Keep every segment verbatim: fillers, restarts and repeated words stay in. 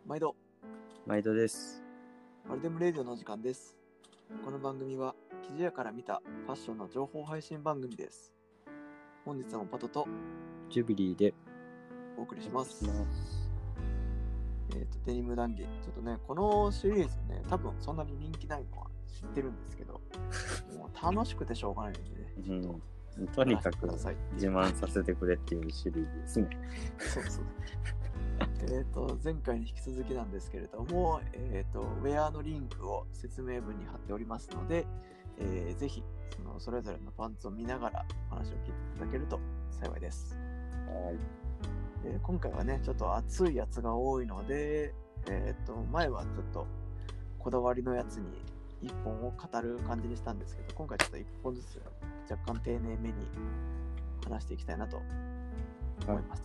毎度毎度です。 マルデムレディオの時間です。この番組は記事屋から見たファッションの情報配信番組です。本日もパトとジュビリーでお送りします。えっとデニム談義、ちょっとねこのシリーズね多分そんなに人気ないのは知ってるんですけど、もう楽しくてしょうがないのでね、ちょっと、 うん、とにかく自慢させてくれっていうシリーズですね。 そうそう。えっと前回に引き続きなんですけれども、えっとウェアのリンクを説明文に貼っておりますので、えー、ぜひそのそれぞれのパンツを見ながらお話を聞いていただけると幸いです。 はい。 えー、今回はねちょっと熱いやつが多いので、えっと前はちょっとこだわりのやつにいっぽんを語る感じにしたんですけど、今回ちょっといっぽんずつ若干丁寧めに話していきたいなと思います。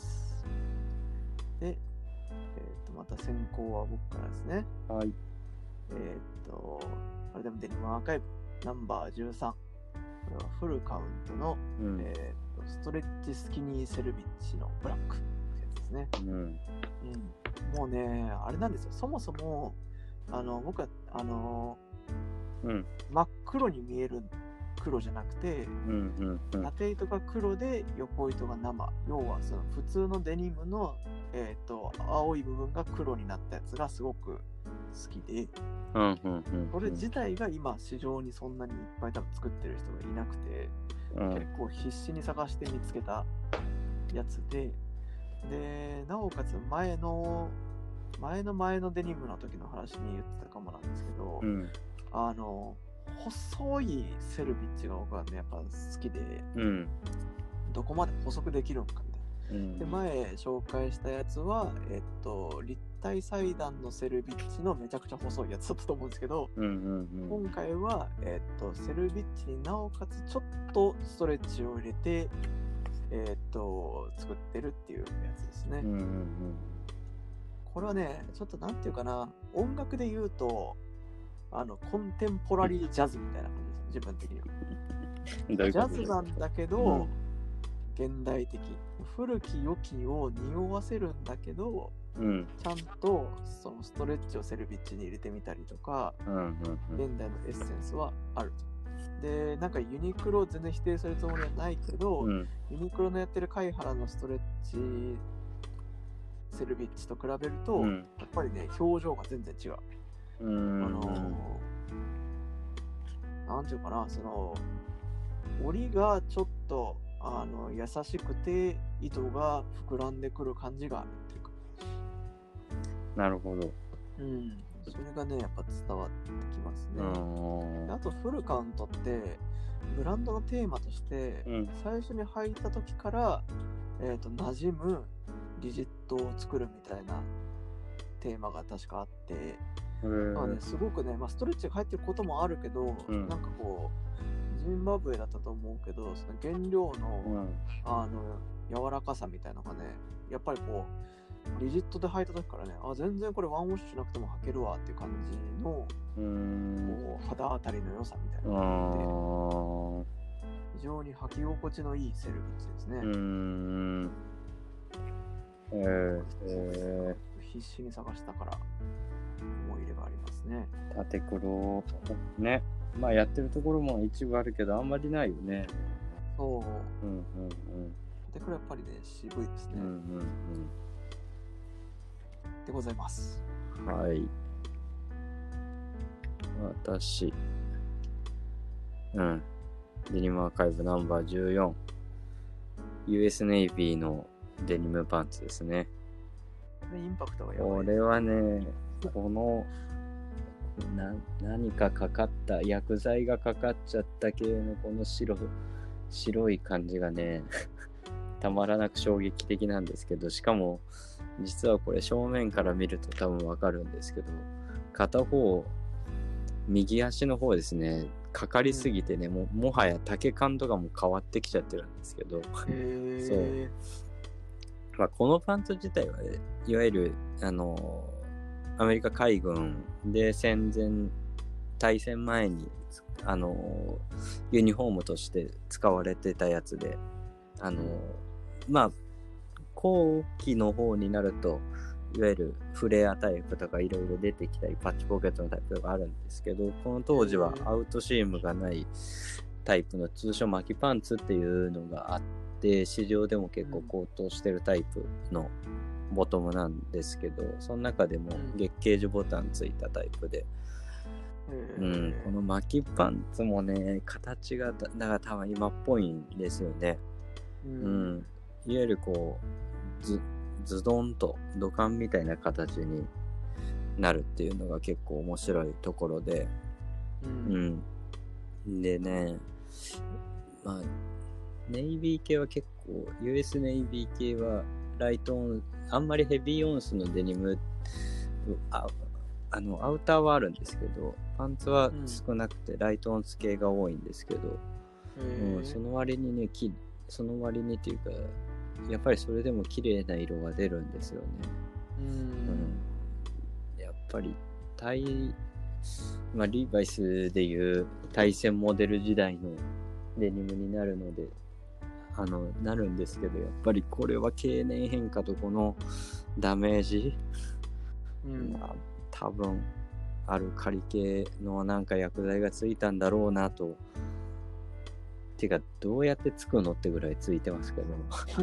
はい、で、えー、とまた先行は僕からですね。 はい。 えっ、とあれでもデニムアーカイブナンバーじゅうさん、これはフルカウントの、うんえー、とストレッチスキニーセルビッチのブラックってやつですね。うんうん、もうねあれなんですよ、そもそもあの僕はあの、うん、真っ黒に見える黒じゃなくて、うんうんうん、縦糸が黒で横糸が生、要はその普通のデニムの、えー、と青い部分が黒になったやつがすごく好きで、うんうんうんうん、これ自体が今市場にそんなにいっぱい多分作ってる人がいなくて、うん、結構必死に探して見つけたやつで、でなおかつ前の前の前のデニムの時の話に言ってたかもなんですけど、うん、あの細いセルビッチが僕はねやっぱ好きで、うん、どこまで細くできるのかみたいな、うん、で前紹介したやつはえっと立体裁断のセルビッチのめちゃくちゃ細いやつだったと思うんですけど、うんうんうん、今回はえっとセルビッチになおかつちょっとストレッチを入れてえっと作ってるっていうやつですね、うんうんうん、これはねちょっとなんていうかな、音楽で言うとあのコンテンポラリージャズみたいな感じです、自分的には。ジャズなんだけど、うん、現代的、古き良きを匂わせるんだけど、うん、ちゃんとそのストレッチをセルビッチに入れてみたりとか、うんうんうん、現代のエッセンスはあると。で、なんかユニクロを全然否定するつもりはないけど、うん、ユニクロのやってる貝原のストレッチセルビッチと比べると、うん、やっぱりね表情が全然違う。うーん、あのー、なんていうかな、その折りがちょっとあの優しくて糸が膨らんでくる感じがあるっていうか。 なるほど。 うん、それがねやっぱ伝わってきますね。あとフルカウントってブランドのテーマとして、うん、最初に履いた時から、えーと、馴染むリジットを作るみたいなテーマが確かあって、まあね、すごくね、まあ、ストレッチが入ってることもあるけど、うん、なんかこうジンバブエだったと思うけど、その原料の、うん、あの柔らかさみたいなのがねやっぱりこうリジットで履いた時からね、あ全然これワンウォッシュしなくても履けるわっていう感じの、うん、こう肌当たりの良さみたいなのがあって、非常に履き心地のいいセルビッチですね。うーん、えーえー、必死に探したから思い入れがありますね。 縦黒ね、まあやってるところも一部あるけどあんまりないよね。 そう、うんうんうん、縦黒やっぱりね渋いですね。うんうんうん。でございます。 はい。私、うん。デニムアーカイブナンバーじゅうよん。ユーエス ネイビーのデニムパンツですね。 これインパクトがやばい。 これはね、このな何かかかった薬剤がかかっちゃった系のこの白白い感じがねたまらなく衝撃的なんですけど、しかも実はこれ正面から見ると多分わかるんですけど、片方右足の方ですねかかりすぎてね、も, もはや丈感とかも変わってきちゃってるんですけど、 へそう、まあ、このパンツ自体は、ね、いわゆるあのアメリカ海軍で戦前大戦前にあのユニフォームとして使われてたやつで、あのまあ後期の方になるといわゆるフレアタイプとかいろいろ出てきたり、パッチポケットのタイプとかあるんですけど、この当時はアウトシームがないタイプの通称巻きパンツっていうのがあって、市場でも結構高騰してるタイプのボトムなんですけど、その中でも月ケージボタンついたタイプで、うん、この巻きパンツもね、形がだから多分今っぽいんですよね。うん、うん、いわゆるこうズズドンと土管みたいな形になるっていうのが結構面白いところで、うん、うん、でね、まあネイビー系は結構 ユーエス ネイビー系はライトオン、あんまりヘビーオンスのデニムああのアウターはあるんですけど、パンツは少なくてライトオンス系が多いんですけど、うんうん、その割にね、きその割にっていうか、やっぱりそれでも綺麗な色が出るんですよね。うん、うん、やっぱり対、まあ、リーバイスでいう対戦モデル時代のデニムになるので、あのなるんですけど、やっぱりこれは経年変化とこのダメージ、うんまあ、多分アルカリ系のなんか薬剤がついたんだろうなと。てかどうやってつくのってぐらいついてますけど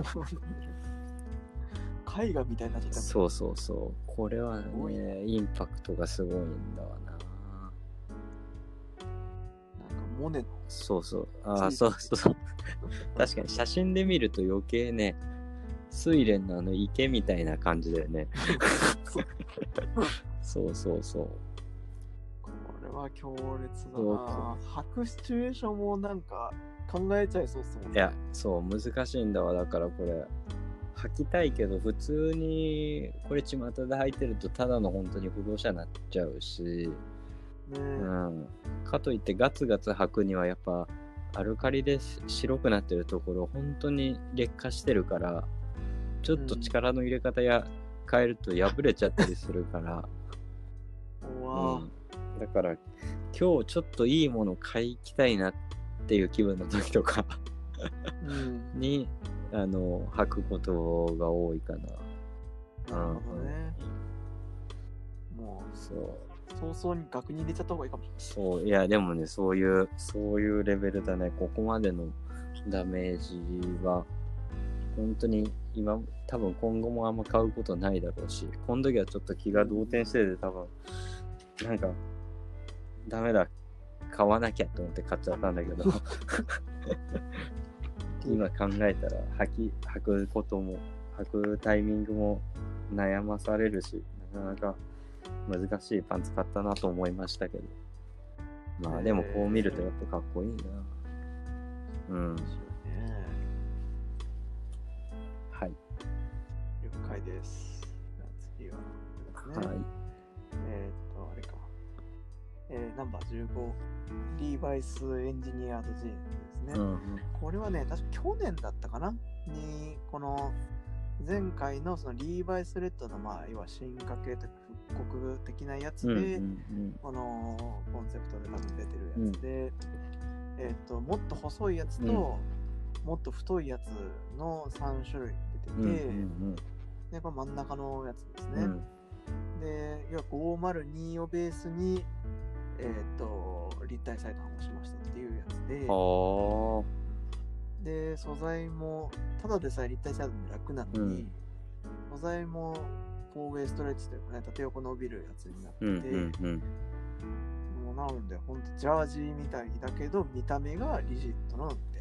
絵画みたいになっちゃった。 そうそうそう、これはねインパクトがすごいんだわな。なんかモネのそうそうああそうそうそう確かに写真で見ると余計ね、睡蓮のあの池みたいな感じだよねそうそうそう、 これは強烈だな。履くシチュエーションもなんか考えちゃいそうっすもんね。 いやそう難しいんだわ。だからこれ履きたいけど普通にこれ巷で履いてるとただの本当に不動車になっちゃうし、ね、うん、かといってガツガツ履くにはやっぱアルカリで白くなってるところ本当に劣化してるから、ちょっと力の入れ方や変えると破れちゃったりするから、うんうん、だから今日ちょっといいもの買いきたいなっていう気分の時とかうん、にあの履くことが多いかな。 なるほどね。うん、もうそう早々に額に入れちゃった方がいいかもしれない。 そういやでもね、そういうそういうレベルだね。ここまでのダメージは本当に今多分今後もあんま買うことないだろうし、この時はちょっと気が動転してて多分なんかダメだ買わなきゃと思って買っちゃったんだけど今考えたら履き履くことも履くタイミングも悩まされるし、なかなか難しいパンツ買ったなと思いましたけど、まあでもこう見るとやっぱかっこいいな。うん。はい。 了解です。次は、ね、はい。えっと、あれか。えー、ナンバーじゅうご、リーバイスエンジニアードジーンズですね。うん、これはね、確か去年だったかなに、この前回のそのリーバイスレッドの、まあ、要は進化系というか復刻的なやつで、うんうんうん、このコンセプトで多分出てるやつで、うん、えっと、もっと細いやつと、うん、もっと太いやつのさん種類出てて、うんうんうん、で、これ真ん中のやつですね。うん、で、要はごーまるにをベースに、えっと、立体サイドをしましたっていうやつで、で、素材も、ただでさえ立体サイドで楽なのに、うん、素材もフォーウェイストレッチというかね、縦横伸びるやつになってて、うんうんうん、もうなので、ほんとジャージーみたいだけど、見た目がリジットなのって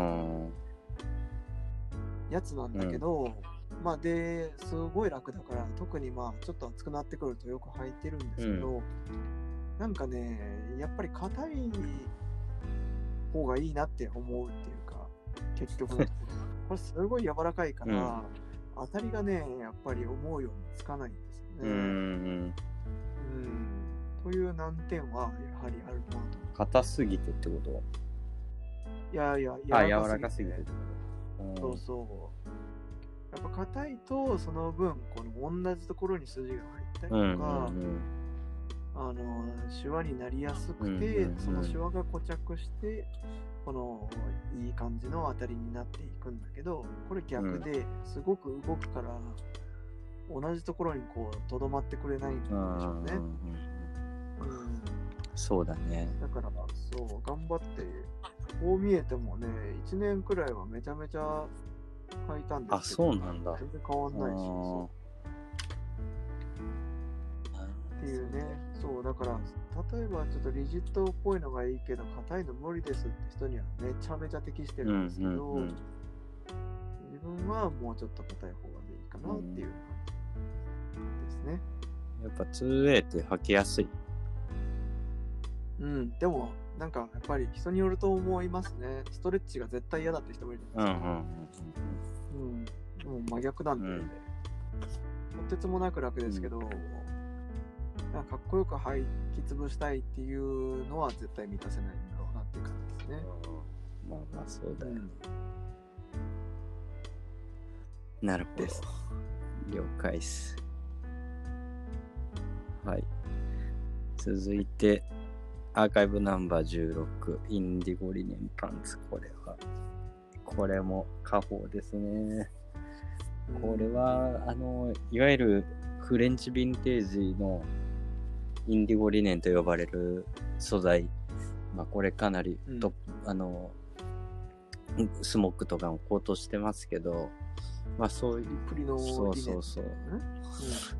やつなんだけど、うん、まあで、すごい楽だから、特にまあ、ちょっと暑くなってくるとよく履いてるんですけど、うん、なんかね、やっぱり硬い方がいいなって思うっていうか、結局のところこれすごい柔らかいから、うん、当たりがねやっぱり思うようにつかないんですよね。うん、うん、という難点はやはりあるなと。 硬すぎてってこと？ いやいや柔らかすぎて。 そうそう。やっぱ硬いとその分この同じところに筋が入ったりとか、うんうんうん、あのシワになりやすくて、うんうんうん、そのシワが固着してこのいい感じの当たりになっていくんだけど、これ逆ですごく動くから、 同じところにこうとどまってくれないんでしょうね。うん、 そうだね。 だからそう頑張ってこう見えてもねいちねんくらいはめちゃめちゃ履いたんですけど、 あ、そうなんだ。 全然変わんないし、そうっていうね。そうだから例えばちょっとリジットっぽいのがいいけど硬いの無理ですって人にはめちゃめちゃ適してるんですけど、うんうんうん、自分はもうちょっと硬い方がいいかなっていう感じですね。 やっぱ ツーエー って履きやすい。 うん、でもなんかやっぱり人によると思いますね。ストレッチが絶対嫌だって人もいるんですけど、うんうんうんうん、もう真逆なんで、うん、とてつもなく楽ですけど、うん、なんかかっこよく履き潰したいっていうのは絶対満たせないんだろうなっていう感じですね。 まあまあそうだよね、うん、なるほど、了解っす。はい、続いてアーカイブナンバーじゅうろく、インディゴリネンパンツ。これは、これも家宝ですね。これは、あの、いわゆるフレンチヴィンテージのインディゴリネンと呼ばれる素材。まあ、これかなりと、うん、あの、スモックとかも高騰してますけど、まあそういう、そうそうそう、うん、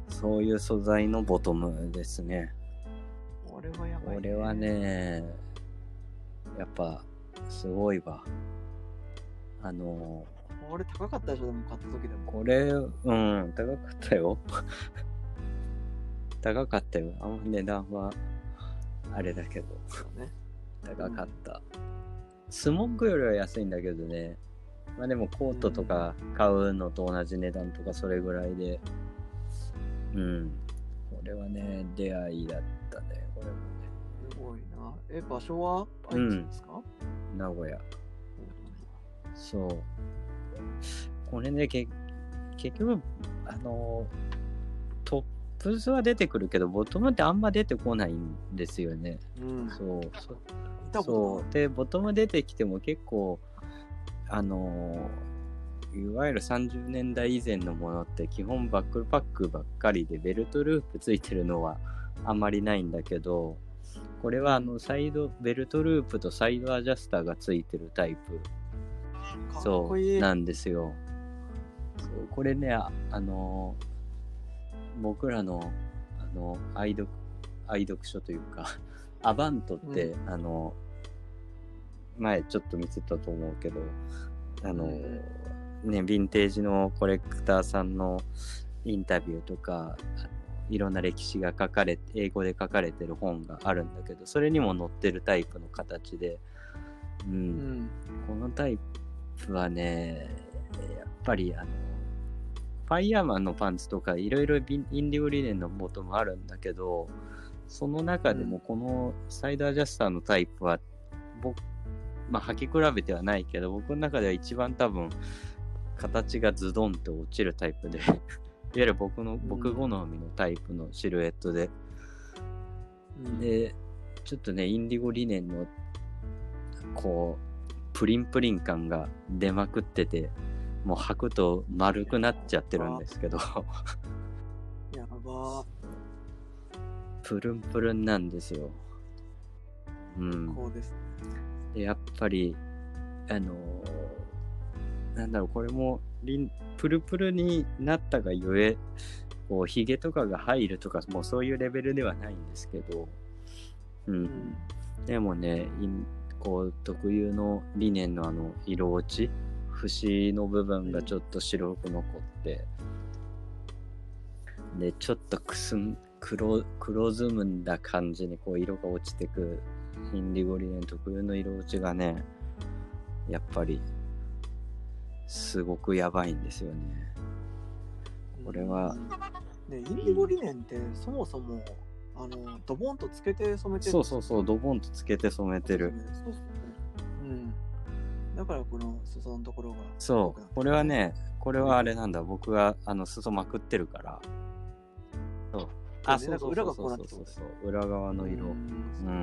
そういう素材のボトムですね。 これはやばいね。 これはね、やっぱすごいわ。あのー、これ高かったでしょ、でも買った時でも。 これ、うん、高かったよ。高かったよ。あんま値段はあれだけど、ね、高かった、うん。スモッグよりは安いんだけどね。まあでもコートとか買うのと同じ値段とかそれぐらいで、うん。これはね、出会いだったね。これもね。 すごいな。え、場所は愛知ですか？ うん、名古屋。そう。これね、け結局、あの、トップスは出てくるけど、ボトムってあんま出てこないんですよね。うん、そう。そそう。で、ボトム出てきても結構、あの、いわゆるさんじゅうねんだい以前のものって基本バックパックばっかりでベルトループついてるのはあんまりないんだけど、これはあのサイドベルトループとサイドアジャスターがついてるタイプ、そうなんですよ。そうこれね、あ、あの僕らのあの愛読愛読書というかアバントって、うん、あの前ちょっと見せたと思うけど、あの、うんね、ヴィンテージのコレクターさんのインタビューとかいろんな歴史が書かれて英語で書かれてる本があるんだけど、それにも載ってるタイプの形で、うんうん、このタイプはねやっぱりあのファイヤーマンのパンツとかいろいろインディゴリネンのボトムあるんだけど、その中でもこのサイドアジャスターのタイプは僕、まあ履き比べてはないけど僕の中では一番多分形がズドンと落ちるタイプでいわゆる僕の僕好みのタイプのシルエットで、うん、でちょっとねインディゴリネンのこうプリンプリン感が出まくっててもう履くと丸くなっちゃってるんですけどやばプルンプルンなんですよ。うんこうですね。 でやっぱりあのー、なんだろうこれもリンプルプルになったがゆえこうヒゲとかが入るとかもうそういうレベルではないんですけど、うん、うん、でもねこう特有のリネンのあの色落ち節の部分がちょっと白く残って、うん、でちょっとくすん 黒, 黒ずむんだ感じにこう色が落ちてくインディゴリネン特有の色落ちがねやっぱりすごくやばいんですよね。これは、 うん、ね、インディゴリネンってそもそもあのドボンとつけて染めてる。 そうそうそうドボンとつけて染めてる。そうそうそう、 うん、だからこの裾のところが、 そうこれはねこれはあれなんだ、僕があの裾まくってるからそうあそうそうそうそうそうそう裏側の色、うん、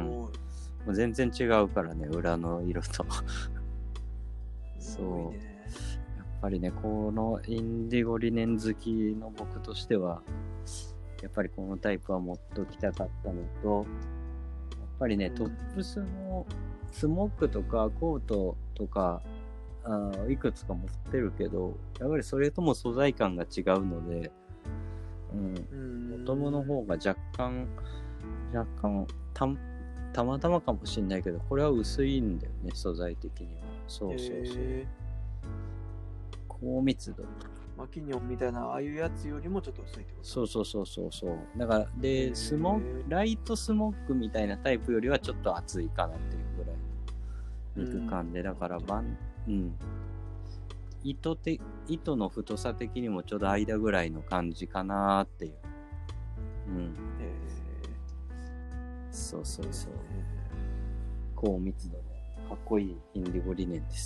もう全然違うからね裏の色とそう、やっぱぱりね、このインディゴリネン好きの僕としては、やっぱりこのタイプは持っときたかったのと、やっぱりね、トップスのスモックとかコートとか、あいくつか持ってるけど、やっぱりそれとも素材感が違うので、うん、ボトムの方が若干、若干た、たまたまかもしれないけど、これは薄いんだよね、素材的には。そうそうそう。えー高密度。 マキニョンみたいなああいうやつよりもちょっと薄いってこと？ そうそうそうそうそうだからでスモックライトスモックみたいなタイプよりはちょっと厚いかなっていうぐらい肉感で、だからバンうん糸て糸の太さ的にもちょうど間ぐらいの感じかなっていう。うん、えー、そうそうそう、えー、高密度のかっこいいインディゴリネンです。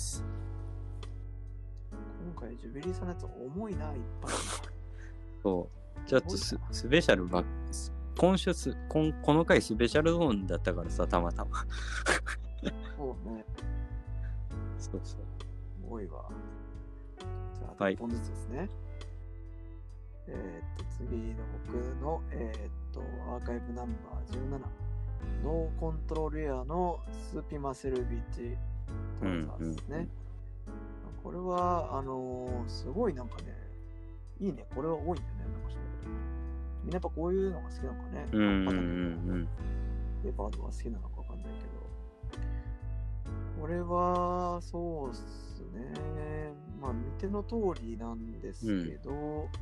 今回ジュベリーさんのやつ重いな、いっぱい。 そうちょっと ス, スペシャルば今週すこんこの回スペシャルゾーンだったからさ、たまたまそうね。 そうそう重いわ。じゃあいっぽんずつですね、はい、えー、っと次の僕のえー、っとアーカイブナンバーじゅうなな、ノーコントロールエアのスーピマセルビッチトラウザーですね、うんうんうん、これはあのー、すごいなんかね、いいね、これは多いんだよね、なんかしらみんなやっぱこういうのが好きなのかね、 うんうんうんうんレパードが好きなのかわかんないけど、これはそうっすね、まあ見ての通りなんですけど、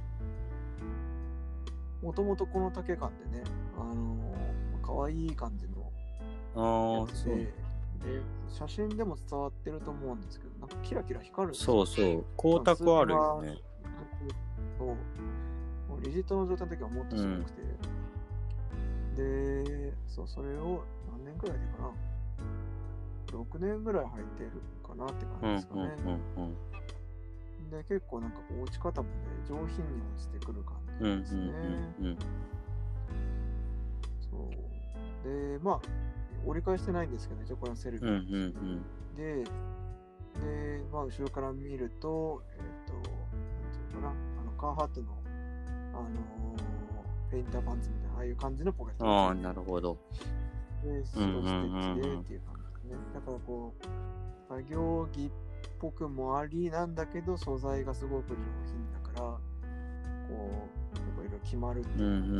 もともとこの丈感でね、あのー、可愛い感じのやつで、で写真でも伝わってると思うんですけど、なんかキラキラ光るんですよ。そうそう、光沢あるよね。 そうリジットの状態の時はもっとすごくて、うん、で、そう、それを何年くらいでかな、ろくねんぐらい履いてるかなって感じですかね。うんうんうんうん、で、結構なんかこう落ち方もね、上品に落ちてくる感じですね。うんうんうんうん、そうで、まあ折り返してないんですけど、一応これはセルフィー、うんうんうん、で、で、まあ後ろから見ると、えっと、なんていうのかな、あのカーハットのあのー、ペインターパンツみたいなああいう感じのポケット。 ああ、なるほど。 で、白ステッチでっていう感じですね。だからこう作業着っぽくもありなんだけど、素材がすごく上品だから、こういろいろ決まるっていう感じ。うんうんうんうん。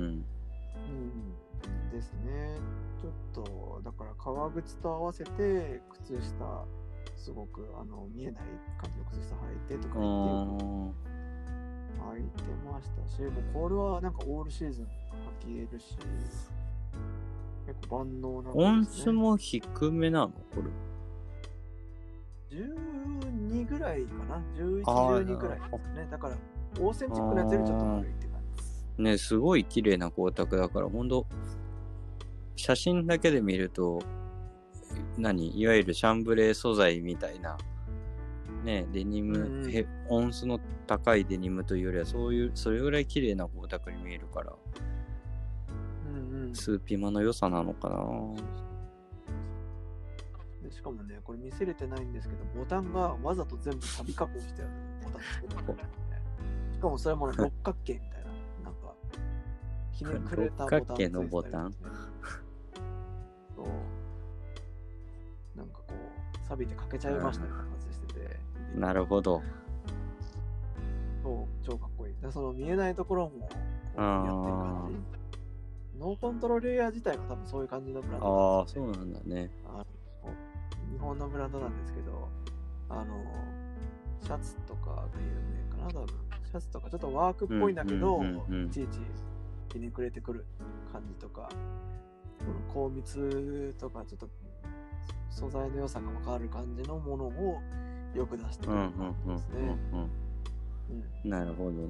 うんですね。ちょっとだから革靴と合わせて靴下すごくあの見えない感じの靴下履いてとか言ってよく履いてましたし、もうこれはなんかオールシーズン履けるし、結構万能な、ね。 音数も低めなのこれ？ じゅうにぐらいかな、じゅういち、じゅうにぐらいですね。だからオーセンチックなやつよりちょっと悪いって感じです。 ね、すごい綺麗な光沢だから、ほんと写真だけで見ると何いわゆるシャンブレー素材みたいなね、デニム、うん、音数の高いデニムというよりはそういうそれぐらい綺麗な光沢に見えるから、うんうん、スーピマの良さなのかな。 でしかもね、これ見せれてないんですけど、ボタンがわざと全部サビ加工してあるボタンですけど、ね、しかもそれも、ね、六角形みたいな、なんかひねくれたボタン、 六角形のボタンそうなんかこう錆びて欠けちゃいましたみたいな感じでしてて、 なるほど。 そう超かっこいい。でその見えないところもこうやってる感じ。ノーコントロールエア自体が多分そういう感じのブランドなんですよね。 ああ、そうなんだね。あ日本のブランドなんですけど、あのシャツとかが有名かな多分。シャツとかちょっとワークっぽいんだけど、うんうんうんうん、いちいちひねくれてくる感じとか、この高密とかちょっと素材の良さが分かる感じのものをよく出してくる感じですね。 なるほどね。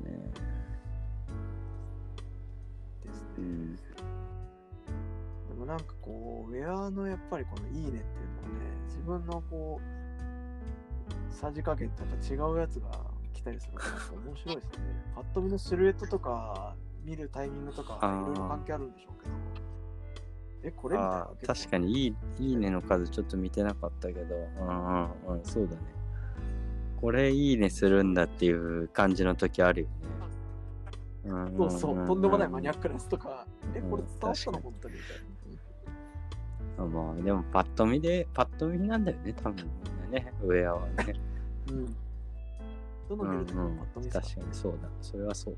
ですね。うん、でもなんかこうウェアのやっぱりこのいいねっていうのはね、自分のこうさじ加減とやっぱ違うやつが来たりするから面白いですね。パッと見のシルエットとか見るタイミングとかいろいろ関係あるんでしょうけど。え、これみたいな。 確かにいい、いいねの数ちょっと見てなかったけど、うんうんうん、そうだね。 これいいねするんだっていう感じの時あるよね。 そうそう、とんでもないマニアックなやつとか、え、これ伝わったの、 うん、 本当にみたいな。まあ、でもパッと見で、パッと見なんだよね、多分みんなね、ウェアはね。 うん。どの見るときもパッと見、 うんうん、確かにそうだ、それはそう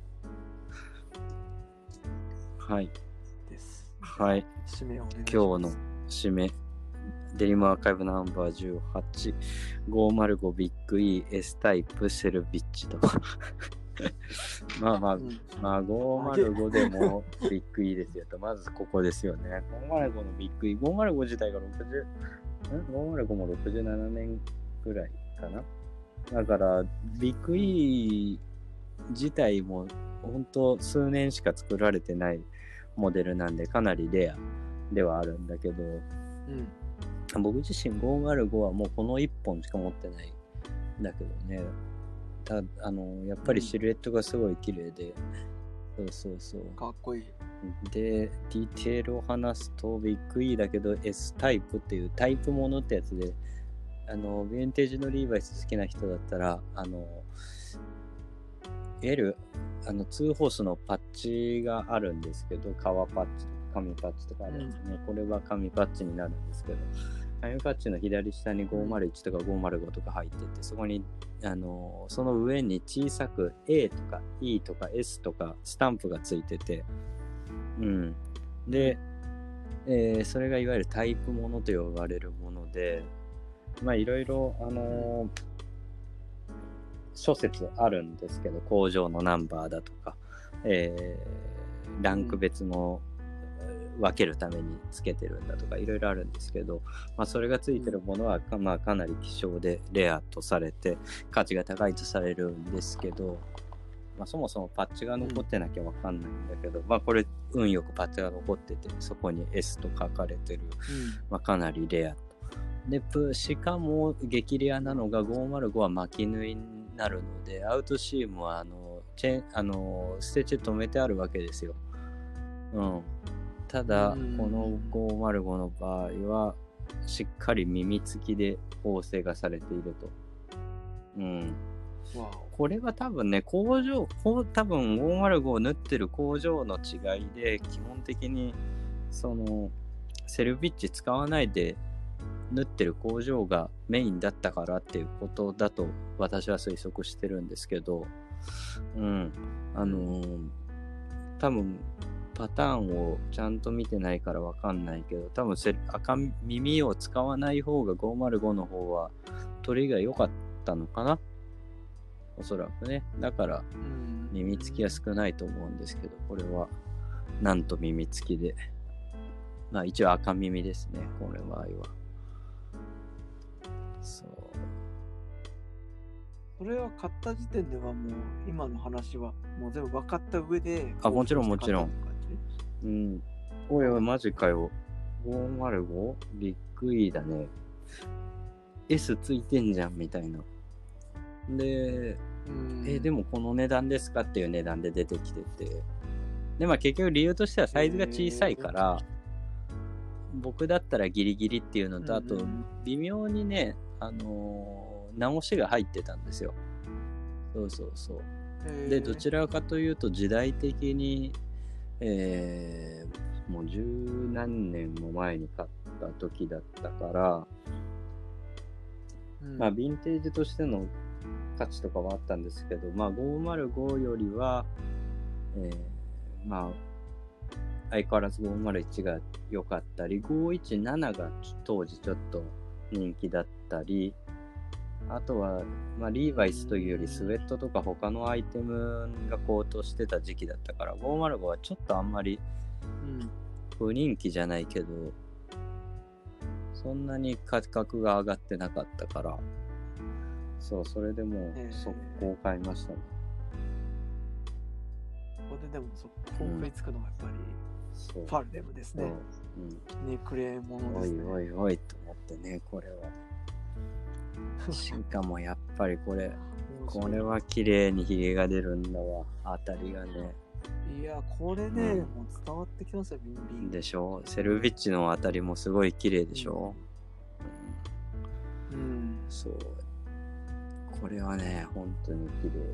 だ。はい。 です。 はい。 締めをお願いします。 今日の締め。デリムアーカイブナンバーじゅうはち、ごーまるごビッグ E、S タイプ、セルビッチと。まあまあ、うん、まあごーまるごでもビッグ E ですよと、まずここですよね。ごーまるごのビッグ E、ごーまるご自体がろくじゅう、ん ?ごーまるご もろくじゅうななねんぐらいかな。だから、ビッグ E 自体も本当数年しか作られてないモデルなんで、かなりレアではあるんだけど、うん、僕自身ごーまるごはもうこのいっぽんしか持ってないんだけどね。たあのやっぱりシルエットがすごい綺麗で、うん、そうそうそう。 かっこいい。 で、ディテールを話すとビッグ E だけど S タイプっていうタイプものってやつで、あのヴィンテージのリーバイス好きな人だったら、あの L、あのツーホースのパッチがあるんですけど、革パッチとか紙パッチとかあるやつね、うん、これは紙パッチになるんですけど、紙パッチの左下にごーまるいちとかごーまるごとか入ってて、そこにあのその上に小さく A とか E とか S とかスタンプがついてて、うん、で、えー、それがいわゆるタイプものと呼ばれるもので、まあいろいろあのー、諸説あるんですけど、工場のナンバーだとか、えー、ランク別の分けるためにつけてるんだとかいろいろあるんですけど、まあ、それがついてるものはか、まあ、かなり希少でレアとされて価値が高いとされるんですけど、まあ、そもそもパッチが残ってなきゃ分かんないんだけど、うん、まあこれ運よくパッチが残っててそこに S と書かれてる、うんまあ、かなりレアで、しかも激レアなのがごーまるごは巻き縫いになるので、アウトシームはあのチェあのステッチ止めてあるわけですよ。うん。ただ、このごーまるごの場合は、しっかり耳付きで縫製がされていると。うん。これは多分ね、工場、多分ごーまるごを縫ってる工場の違いで、基本的に、その、セルビッチ使わないで縫ってる工場がメインだったからっていうことだと私は推測してるんですけど、うん。あのー、多分、パターンをちゃんと見てないからわかんないけど、多分赤耳を使わない方がごーまるごの方は取りが良かったのかな、おそらくね。だから耳付きは少ないと思うんですけど、これはなんと耳付きで、まあ一応赤耳ですね、この場合は。そう。 それは買った時点ではもう今の話はもう全部分かった上で、 あ、もちろんもちろん。うん。おいおい、マジかよ。ごーまるご? ビッグ E だね。S ついてんじゃん、みたいな。で、え、でもこの値段ですかっていう値段で出てきてて。で、まあ結局理由としてはサイズが小さいから、僕だったらギリギリっていうのと、あと、微妙にね、あのー、直しが入ってたんですよ。そうそうそう。で、どちらかというと時代的に、えー、もう十何年も前に買った時だったから、うん、まあヴィンテージとしての価値とかはあったんですけど、まあごーまるごよりは、えー、まあ相変わらずごーまるいちが良かったり、ごーいちななが当時ちょっと人気だったり、あとは、まあ、リーバイスというよりスウェットとか他のアイテムが高騰してた時期だったから、ごーまるごはちょっとあんまり不人気じゃないけど、そんなに価格が上がってなかったから、そう、それでもう速攻買いましたね。 ここででも速攻食いつくのがやっぱり、うん、ファルデムですね。うん、ネクレものですね。 おいおいおいと思ってね、これは。しかもやっぱりこれこれは綺麗にヒゲが出るんだわ、当たりがね。 いやこれね、うん、もう伝わってきますよ、ビンビンでしょ。セルビッチの当たりもすごい綺麗でしょ。うん、うん、そう、ここれはね、本当に綺麗で。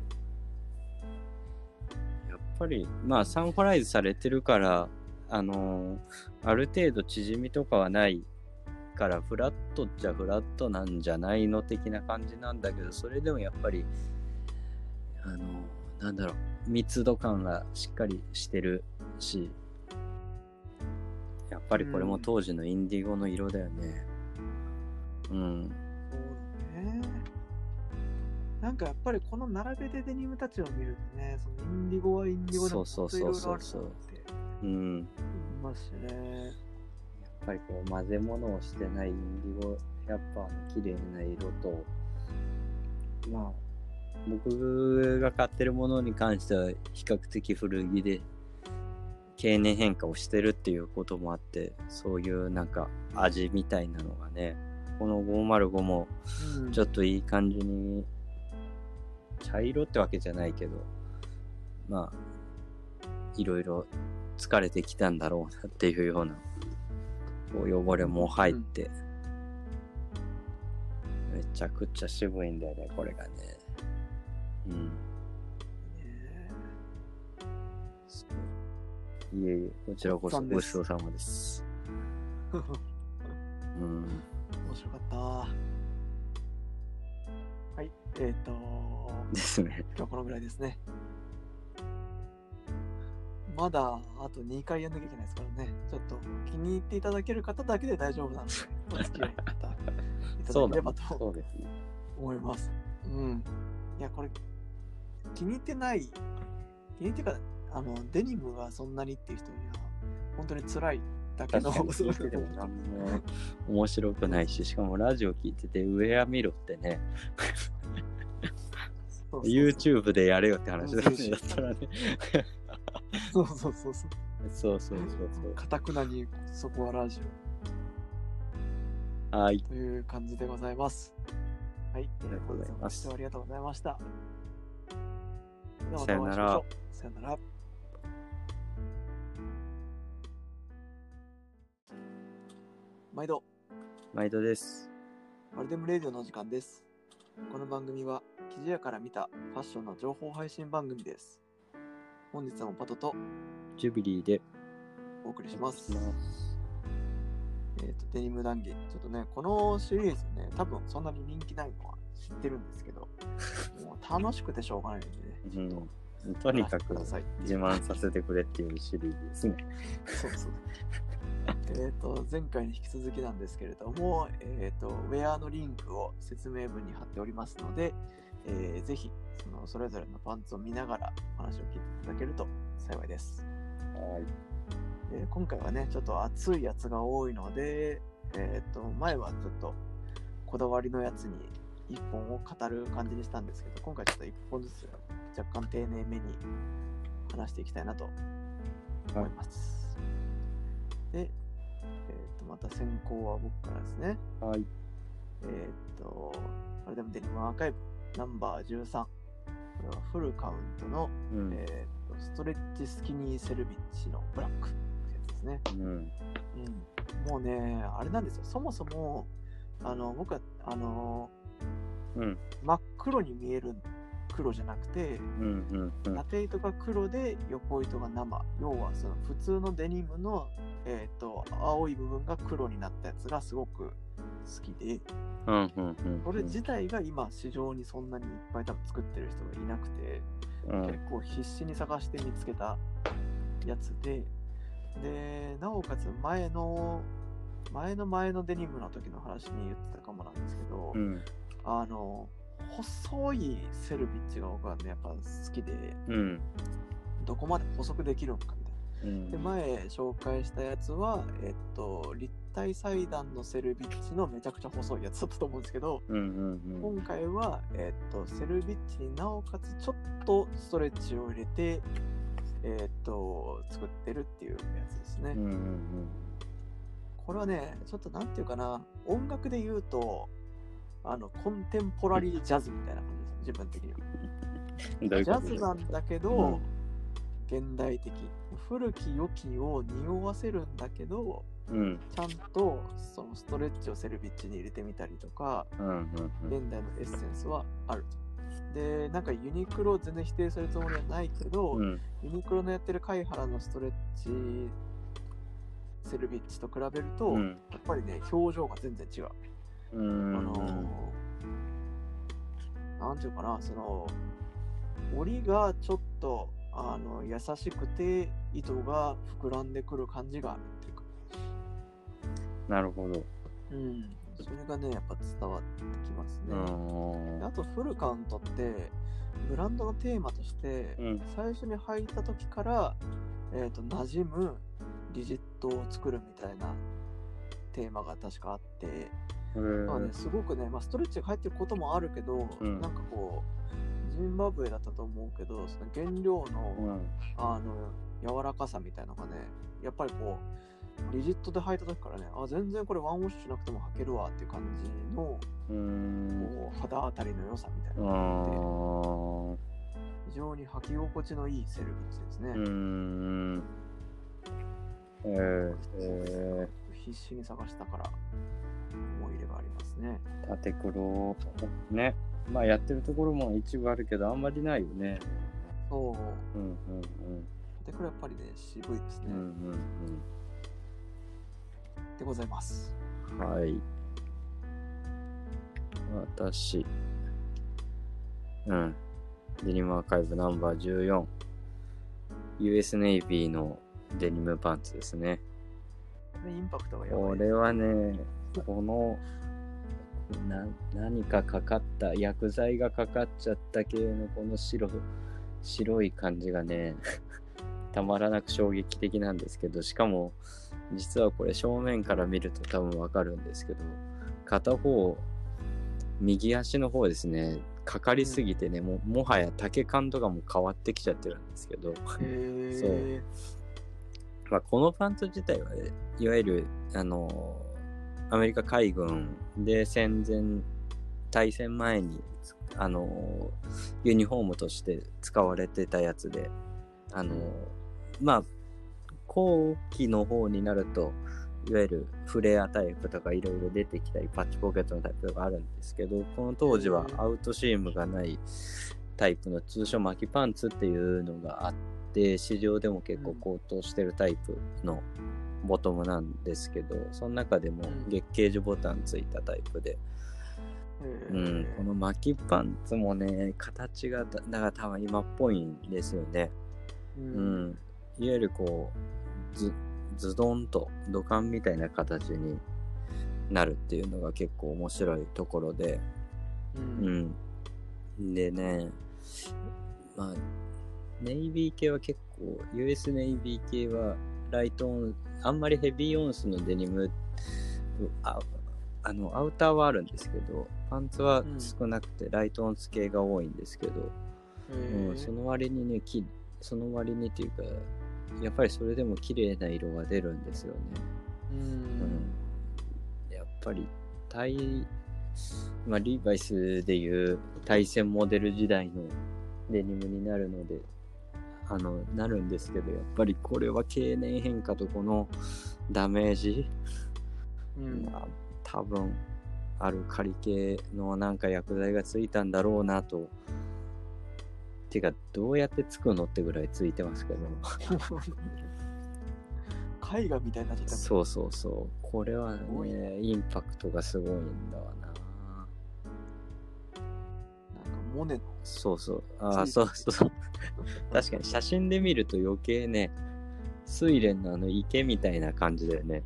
やっぱり、まあ、サンファライズされてるから、あのー、ある程度縮みとかはないから、フラットっちゃフラットなんじゃないの的な感じなんだけど、それでもやっぱり、あのー、なんだろう、密度感がしっかりしてるし、やっぱりこれも当時のインディゴの色だよね。うん。うん、 そうね。なんかやっぱりこの並べてデニムたちを見るとね、そのインディゴはインディゴでもそうそうそうそうそう。うん。 言いますしね。 やっぱりこう混ぜ物をしてないインディゴやっぱ綺麗な色と、まあ僕が買ってるものに関しては比較的古着で経年変化をしてるっていうこともあって、そういうなんか味みたいなのがね、このごまるごもちょっといい感じに、茶色ってわけじゃないけど、まあいろいろ疲れてきたんだろうなっていうような、こう汚れも入って、うん、めちゃくちゃ渋いんだよね、これがね。うん。いえいえ、こちらこそごちそうさまです。うん。 面白かった。はい、えっ、ー、とですね。 今日はこのぐらいですね。まだあとにかいやんなきゃいけないですからね。ちょっと気に入っていただける方だけで大丈夫なので、お付き合いいただければと思います。う、ね、うん。いや、これ気に入ってない、気に入ってか、あのデニムがそんなにっていう人には本当に辛いだけの聞いてても何も面白くないし、しかもラジオ聞いててウェア見ろってね。そうそうそう YouTube でやれよって話だったらね。 そうそうそうそう。 そうそうそうそう。 かたくなにそこはラジオ。はい。 という感じでございます。はい。ありがとうございます。ありがとうございました。 さよなら。 さよなら。毎度。 毎度です。 マルデムレディオの時間です。この番組は生地屋から見たファッションの情報配信番組です。本日もパトとジュビリーでお送りします。えっと、デニム談義。ちょっとね、このシリーズね、多分そんなに人気ないのは知ってるんですけど、もう楽しくてしょうがないんでね、ちょっと、 うん、とにかく自慢させてくれっていうシリーズですね。 そうそう。えっと、前回に引き続きなんですけれども、えっと、ウェアのリンクを説明文に貼っておりますので、えー、ぜひそのそれぞれのパンツを見ながらお話を聞いていただけると幸いです。 はい。 えー、今回はね、ちょっと熱いやつが多いので、えっと、前はちょっとこだわりのやつにいっぽんを語る感じにしたんですけど、今回ちょっといっぽんずつ若干丁寧めに話していきたいなと思います。はい、で、えっと、また先行は僕からですね。 はい。 えっと、あれでもデニムアーカイブナンバーじゅうさん。これはフルカウントの、うん、えー、とストレッチスキニーセルビッチのブラックってやつですね。うん。うん、もうね、あれなんですよ。そもそも、あの、僕は、あの、うん、真っ黒に見える黒じゃなくて、うんうんうん、縦糸が黒で横糸が生。要は、その普通のデニムの、えー、と青い部分が黒になったやつがすごく好きで、うんうんうんうん、これ自体が今市場にそんなにいっぱい多分作ってる人がいなくて、うん、結構必死に探して見つけたやつで、でなおかつ前の前の前のデニムの時の話に言ってたかもなんですけど、うん、あの細いセルビッチが僕はねやっぱ好きで、うん、どこまで細くできるのかみたいな。うん、で前紹介したやつは、えっと、立体裁断のセルビッチのめちゃくちゃ細いやつだったと思うんですけど、うんうんうん、今回は、えっと、セルビッチになおかつちょっとストレッチを入れて、えっと、作ってるっていうやつですね、うんうんうん、これはねちょっとなんていうかな、音楽で言うとあのコンテンポラリージャズみたいな感じです、自分的には。ジャズなんだけど、うん、 現代的、古き良きを匂わせるんだけど、 うん、 ちゃんとそのストレッチをセルビッチに入れてみたりとか、 うんうんうん、 現代のエッセンスはあると。で、なんかユニクロを全然否定するつもりはないけど、 うん、 ユニクロのやってる貝原のストレッチセルビッチと比べると、うん、やっぱりね、表情が全然違う。 うーん、 あのー、なんていうかな、その折りがちょっとあの優しくて糸が膨らんでくる感じがあるっていうか。 なるほど。 うん、それがねやっぱ伝わってきますね。あとフルカウントってブランドのテーマとして、うん、最初に履いた時から、えーと、馴染むリジットを作るみたいなテーマが確かあって、まあね、すごくね、まあ、ストレッチが入ってることもあるけど、うん、なんかこうジンバブエだったと思うけど、その原料の、うん、あの柔らかさみたいなのがね、やっぱりこうリジットで履いた時からね、あ、全然これワンウォッシュしなくても履けるわっていう感じの、うーん、こう肌当たりの良さみたいなのがあって、非常に履き心地のいいセルビッチですね。うーん、えーえー、必死に探したから思い入れがありますね。 縦黒ね、まあやってるところも一部あるけどあんまりないよね。 そう。うんうんうん。縦黒やっぱりね渋いですね。うんうんうん。でございます。 はい。私、うん。デニムアーカイブナンバーじゅうよん。ユーエス ネイビーのデニムパンツですね。 これインパクトがやばい。 これはね、このな何かかかった薬剤がかかっちゃった系のこの白白い感じがねたまらなく衝撃的なんですけど、しかも実はこれ正面から見ると多分わかるんですけど、片方右足の方ですね、かかりすぎてね、うん、も, もはや丈感とかも変わってきちゃってるんですけどそう、まあ、このパンツ自体は、ね、いわゆるあのアメリカ海軍で戦前大戦前にあのユニフォームとして使われてたやつで、あのまあ後期の方になるといわゆるフレアタイプとかいろいろ出てきたりパッチポケットのタイプとかあるんですけど、この当時はアウトシームがないタイプの通称巻きパンツっていうのがあって、市場でも結構高騰してるタイプのボトムなんですけど、その中でも月ケージボタンついたタイプで、うん、この巻きパンツもね形がだから多分今っぽいんですよね。うん、うん、いわゆるこうずズドンと土管みたいな形になるっていうのが結構面白いところで、うん、うん、でね、まあネイビー系は結構 ユーエス ネイビー系はライトオン、あんまりヘビーオンスのデニム、ああのアウターはあるんですけど、パンツは少なくてライトオンス系が多いんですけど、うんうん、その割にね、きその割にっていうか、やっぱりそれでも綺麗な色が出るんですよね。うん、うん、やっぱり対、まあ、リーバイスでいう対戦モデル時代のデニムになるので、あのなるんですけど、やっぱりこれは経年変化とこのダメージ、うん、まあ、多分アルカリ系のなんか薬剤がついたんだろうなと。てかどうやってつくのってぐらいついてますけど絵画みたいになっちゃった。 そうそうそう、これはねインパクトがすごいんだわな。なんかモネのそうそう、ああそうそうそう確かに写真で見ると余計ね睡蓮のあの池みたいな感じだよね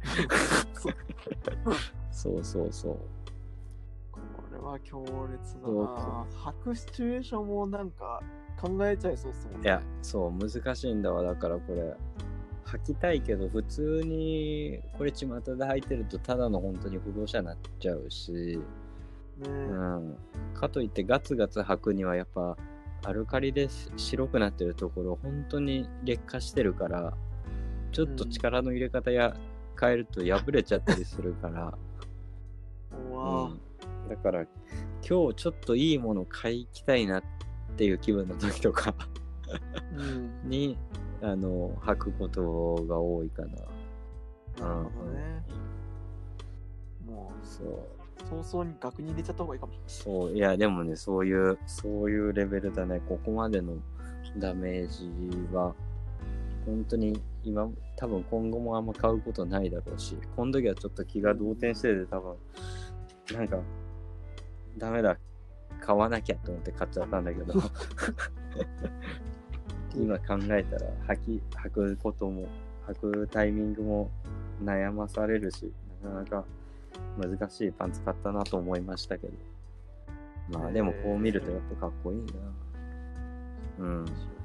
そうそうそう、 これは強烈だな。履くシチュエーションもなんか考えちゃいそうっすもんね。 いや、そう難しいんだわ。だからこれ履きたいけど普通にこれ巷で履いてるとただの本当に不動車になっちゃうし、ね、うん、かといってガツガツ履くにはやっぱアルカリで白くなってるところ本当に劣化してるから、ちょっと力の入れ方や変えると破れちゃったりするから、うんうん、だから今日ちょっといいもの買いきたいなっていう気分の時とか、うん、にあの履くことが多いかな。 なるほどね。うん、もうそう早々に額に入れちゃった方がいいかもしれない。 そういやでもねそういうそういうレベルだね。ここまでのダメージは本当に今多分今後もあんま買うことないだろうし、この時はちょっと気が動転してて多分なんかダメだ買わなきゃと思って買っちゃったんだけど今考えたら履き履くことも履くタイミングも悩まされるし、なかなか難しいパンツ買ったなと思いましたけど、まあでもこう見るとやっぱかっこいいな。うん。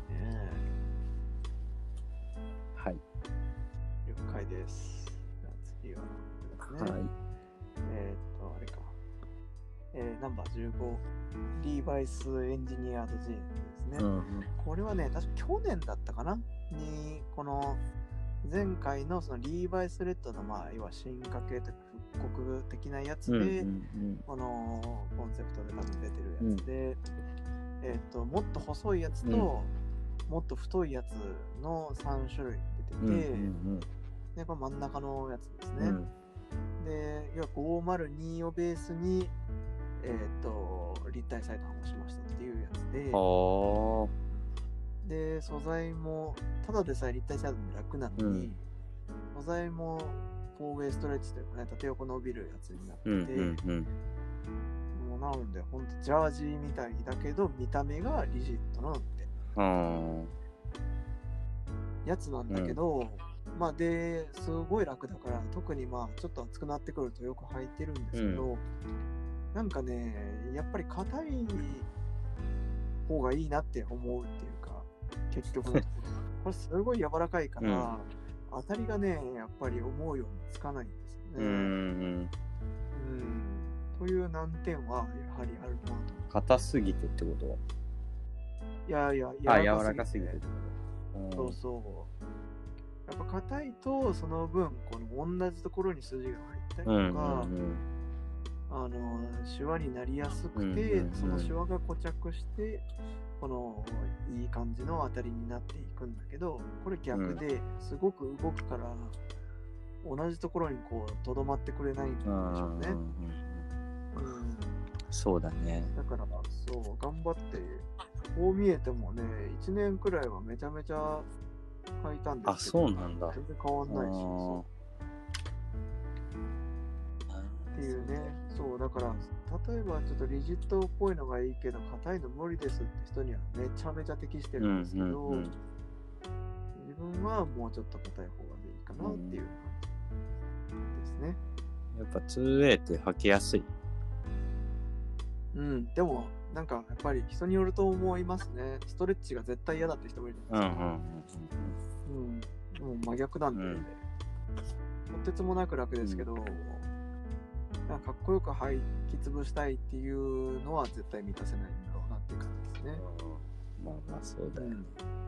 はい。 了解です。次は、ね、はい。えっと、あれか。えー、ナンバーじゅうご、リーバイスエンジニアードジーンズですね。うんうん、これはね、確か去年だったかなに、この前回のそのリーバイスレッドの、まあ、要は進化系というか復刻的なやつで、うんうんうん、このコンセプトで多分出てるやつで、うん、えっと、もっと細いやつと、うん、もっと太いやつのさん種類出てて、うんうんうん、で、これ真ん中のやつですね。うん、で、要はごひゃくにをベースに、えっと、立体サイドをしましたっていうやつで、で、素材も、ただでさえ立体サイドで楽なのに、うん、素材もフォーウェイストレッチというかね、縦横伸びるやつになってて、うんうんうん、もうなので、ほんとジャージーみたいだけど、見た目がリジットなのってやつなんだけど、うん、まあで、すごい楽だから、特にまあ、ちょっと熱くなってくるとよく履いてるんですけど、うん、なんかね、やっぱり硬い方がいいなって思うっていうか、結局のところこれすごい柔らかいから、うん、当たりがねやっぱり思うようにつかないんですよね。うん、うん、という難点はやはりあるなと。 硬すぎてってこと？ いやいや柔らかすぎて。 そうそう。やっぱ硬いとその分この同じところに筋が入ったりとか、うんうんうん、あのシワになりやすくて、うんうんうん、そのシワが固着してこのいい感じの当たりになっていくんだけど、これ逆ですごく動くから同じところにこうとどまってくれないんでしょうね。うん、うん、 そうだね。 だからそう頑張ってこう見えてもねいちねんくらいはめちゃめちゃ履いたんですけど、 あ、そうなんだ。 全然変わんないし、っていうね。そうだから例えばちょっとリジットっぽいのがいいけど硬いの無理ですって人にはめちゃめちゃ適してるんですけど、うんうんうん、自分はもうちょっと硬い方がいいかなっていう感じですね。 やっぱ ツーエー って履きやすい。 うん、でもなんかやっぱり人によると思いますね。ストレッチが絶対嫌だって人もいるんですけど、うんうんうんうん、もう真逆なんで、うん、とてつもなく楽ですけど、うん、なんかかっこよく履き潰したいっていうのは絶対満たせないんだろうなっていう感じですね。 まあまあそうだよね。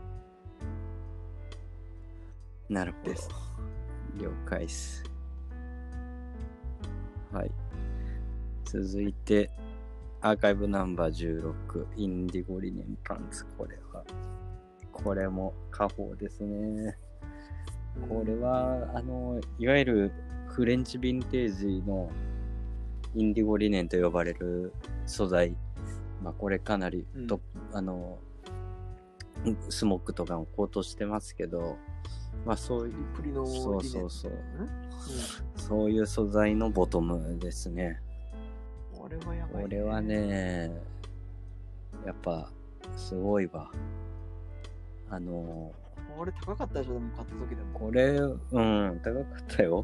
うん、なるほど。了解っす。はい。続いてアーカイブナンバーじゅうろく、インディゴリネンパンツ。これはこれも家宝ですね。これはあのいわゆるフレンチヴィンテージのインディゴリネンと呼ばれる素材、まあ、これかなりと、うん、あのスモックとかも高騰してますけど、まあそういうそうそうそう、うん、そういう素材のボトムですね。 これはやばいね。 これはねやっぱすごいわ。あのこれ高かったでしょ、でも買った時でも。 これうん高かったよ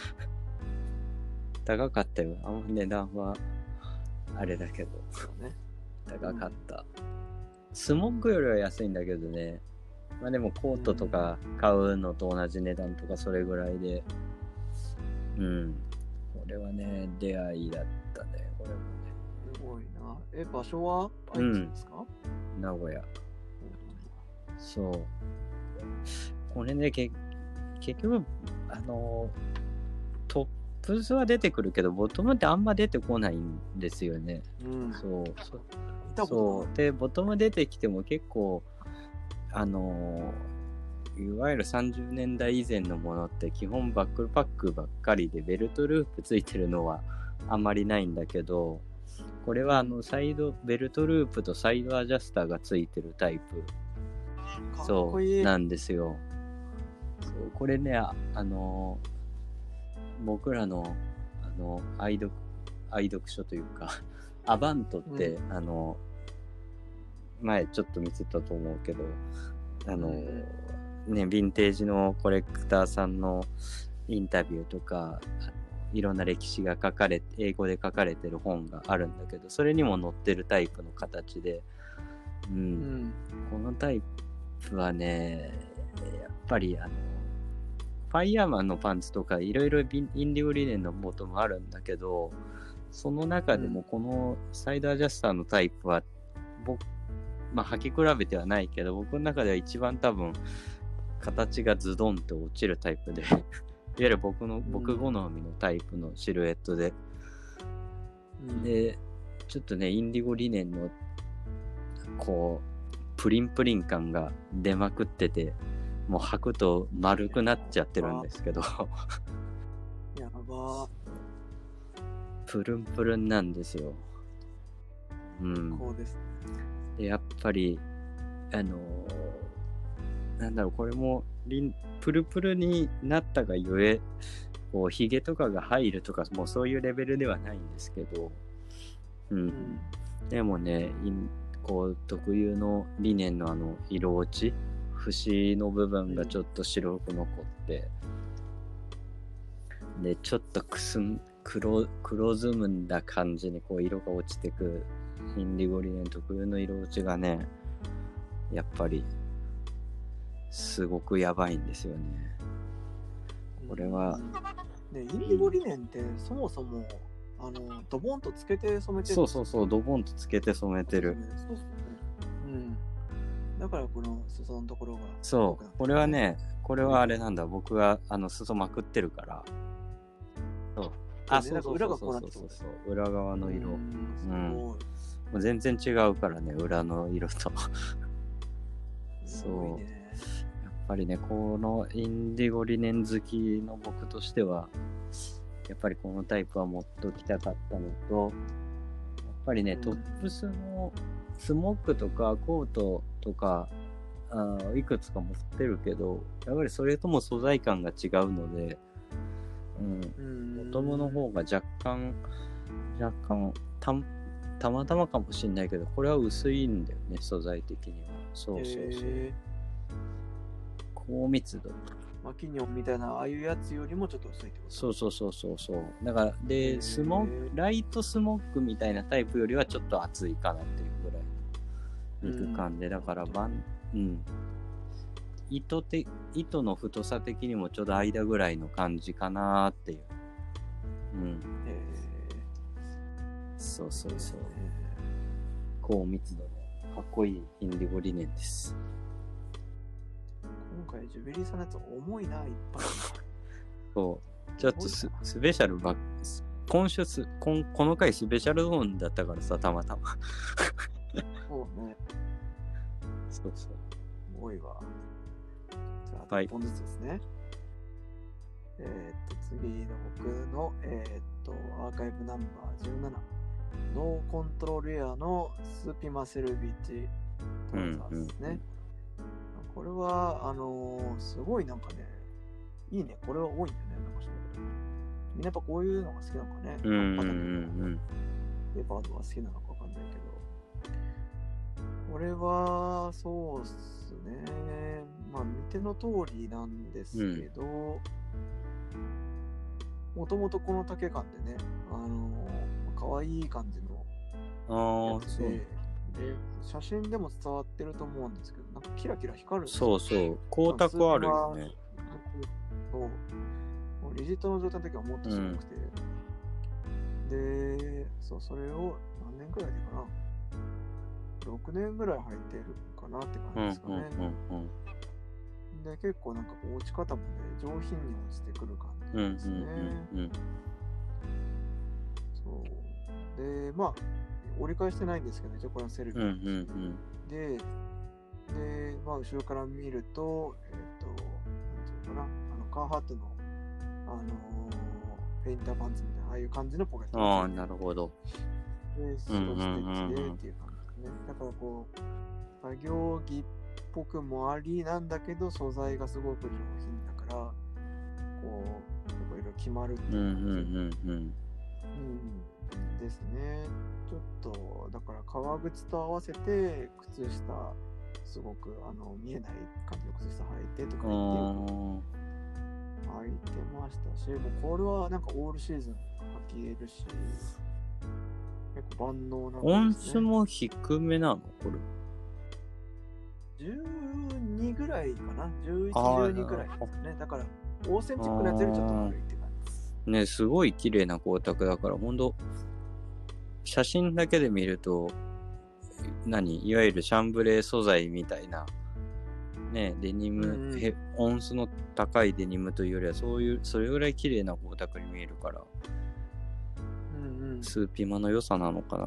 高かったよ。あんま値段はあれだけど、ね、高かった、うん、スモックよりは安いんだけどね。まあでもコートとか買うのと同じ値段とかそれぐらいで、うん、これはね出会いだったね。これもねすごいな。え、場所は愛知ですか？ うん、名古屋、うん、そうこれねけ結局あのトップスは出てくるけどボトムってあんま出てこないんですよね。うん、そうそうそうでボトム出てきても結構あのいわゆるさんじゅうねんだい以前のものって基本バックパックばっかりでベルトループついてるのはあんまりないんだけど、これはあのサイドベルトループとサイドアジャスターがついてるタイプかっそこいい。 うなんですよ。そうこれね、あ、あの僕らのあの愛読愛読書というかアバントって、うん、あの前ちょっと見せたと思うけど、あの、うん、ね、ヴィンテージのコレクターさんのインタビューとか、あのいろんな歴史が書かれて英語で書かれてる本があるんだけど、それにも載ってるタイプの形で、うん、うん、このタイプはね、やっぱりあのファイヤーマンのパンツとかいろいろインディゴリネンのボトムあるんだけど、その中でもこのサイドアジャスターのタイプは僕、まあ履き比べてはないけど、僕の中では一番多分形がズドンと落ちるタイプでいわゆる僕の僕好みのタイプのシルエットで、うん、でちょっとねインディゴリネンのこうプリンプリン感が出まくってて、もう履くと丸くなっちゃってるんですけどやばプルンプルンなんですよ。うん。 こうですね。 でやっぱりあのー、なんだろう、これもリンプルプルになったがゆえ、こうヒゲとかが入るとかもうそういうレベルではないんですけど、うん。うん、でもね、こう特有のリネンのあの色落ち、節の部分がちょっと白く残って、うん、でちょっとくすん黒黒ずむんだ感じにこう色が落ちてくインディゴリネン特有の色落ちがね、やっぱりすごくやばいんですよね。これは、 ね、インディゴリネンってそもそもあのドボンとつけて染めてる。 そうそうそう、ドボンとつけて染めてる。 そうそうそう、うん。だからこの裾のところが、ね、 そう、これはね、これはあれなんだ、僕はあの裾まくってるから。そう。あ、そうそうそうそうそうそう、裏側の色。うん。もう全然違うからね、裏の色と。そう。やっぱりね、このインディゴリネン好きの僕としては、やっぱりこのタイプは持っときたかったのと、やっぱりね、うん、トップスのスモックとかコートとかあいくつか持ってるけど、やっぱりそれとも素材感が違うので、うん、ボトムの方が若干若干たたまたまかもしれないけど、これは薄いんだよね、素材的には。そうそうそう。えー、高密度。 マキニョンみたいなああいうやつよりもちょっと薄いってこと？ そうそうそうそうそう。だからでスモライトスモックみたいなタイプよりはちょっと厚いかなっていうぐらい肉感で、だからバン、うん、糸て糸の太さ的にもちょうど間ぐらいの感じかなっていう。うん。えー、そうそうそう。高密度でかっこいいインディゴリネンです。 今回ジュベリーさんのやつ重いな、いっぱい。 そうちょっと ス, スペシャルば今週すこんこの回スペシャルゾーンだったからさ、たまたまそうね。 そうそう、 重いわ。じゃあいっぽんずつですね、はい。えー、っと次の僕の、えー、っとアーカイブナンバーじゅうなな、ノーコントロールエアのスピマセルビッチトラウザーですね、うんうんうん。これはあのー、すごいなんかね、いいね、これは多いんだよね、なんかしらみんなやっぱこういうのが好きなのかね、 うんうんうん、 レパードが好きなのかわかんないけど、これはそうっすね、まあ見ての通りなんですけど、もともとこの丈感でね、あのー、かわいい感じのやつで、で写真でも伝わってると思うんですけど、なんかキラキラ光るんですよ。そうそう、光沢あるよね。 そう、リジットの状態の時はもっとすごくて、うん、で、そう、それを何年くらいでかな、ろくねんぐらい履いてるかなって感じですかね。うんうんうんうん、で、結構なんかこう落ち方もね、上品に落ちてくる感じですね。うんうんうんうん、そう。で、まあ、折り返してないんですけど、一応これはセルフィー、うんうんうん、で、で、まあ、後ろから見ると、えっと、 カーハットの、あのー、ペインターパンツみたいな、ああいう感じのポケット。 ああ、なるほど。 で、白ステッチでっていう感じですね。だからこう、作業着っぽくもありなんだけど、素材がすごく上品だから、こう、いろいろ決まるっていう感じ。うんうんうんうん。うん、ですね。ちょっと、だから革靴と合わせて、靴下、すごくあの見えない感じの靴下履いてとか言ってよく履いてましたし、もうこれはなんかオールシーズン履けるし、結構万能な、ね。 音数も低めなのこれ。 じゅうにぐらいかな、じゅういち、じゅうにぐらいですね。だからオーセンチックなやつよりちょっと悪いって感じ。 ね、すごい綺麗な光沢だから、ほんと写真だけで見ると。何いわゆるシャンブレー素材みたいなねデニム、うんうん、音数の高いデニムというよりはそういうそれぐらい綺麗な光沢に見えるから、うんうん、スーピマの良さなのかな。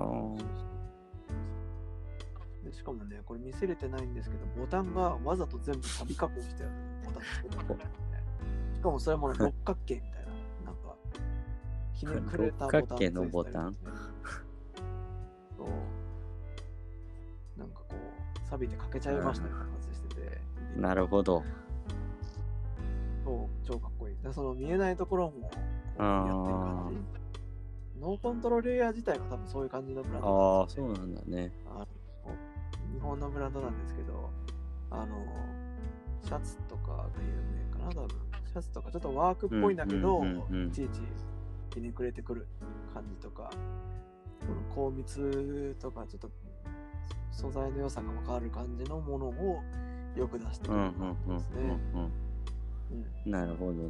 でしかもねこれ見せれてないんですけどボタンがわざと全部サビ加工してあるボタンですけど、ね、しかもそれも、ね、六角形みたいななんかひねくれたボタン、 六角形のボタンそうなんかこう錆びて欠けちゃいましたみたいな感じしてて、 なるほど。 そう超かっこいい。でその見えないところもこうやってる感じ。ノーコントロールエア自体が多分そういう感じのブランドなんですよね。ああそうなんだね。 あ日本のブランドなんですけど、あのシャツとかが有名かな多分。シャツとかちょっとワークっぽいんだけど、うんうんうんうん、いちいちひねくれてくる感じとか、この高密とかちょっと素材の良さが分かる感じのものをよく出してくるんですね。 なるほどね。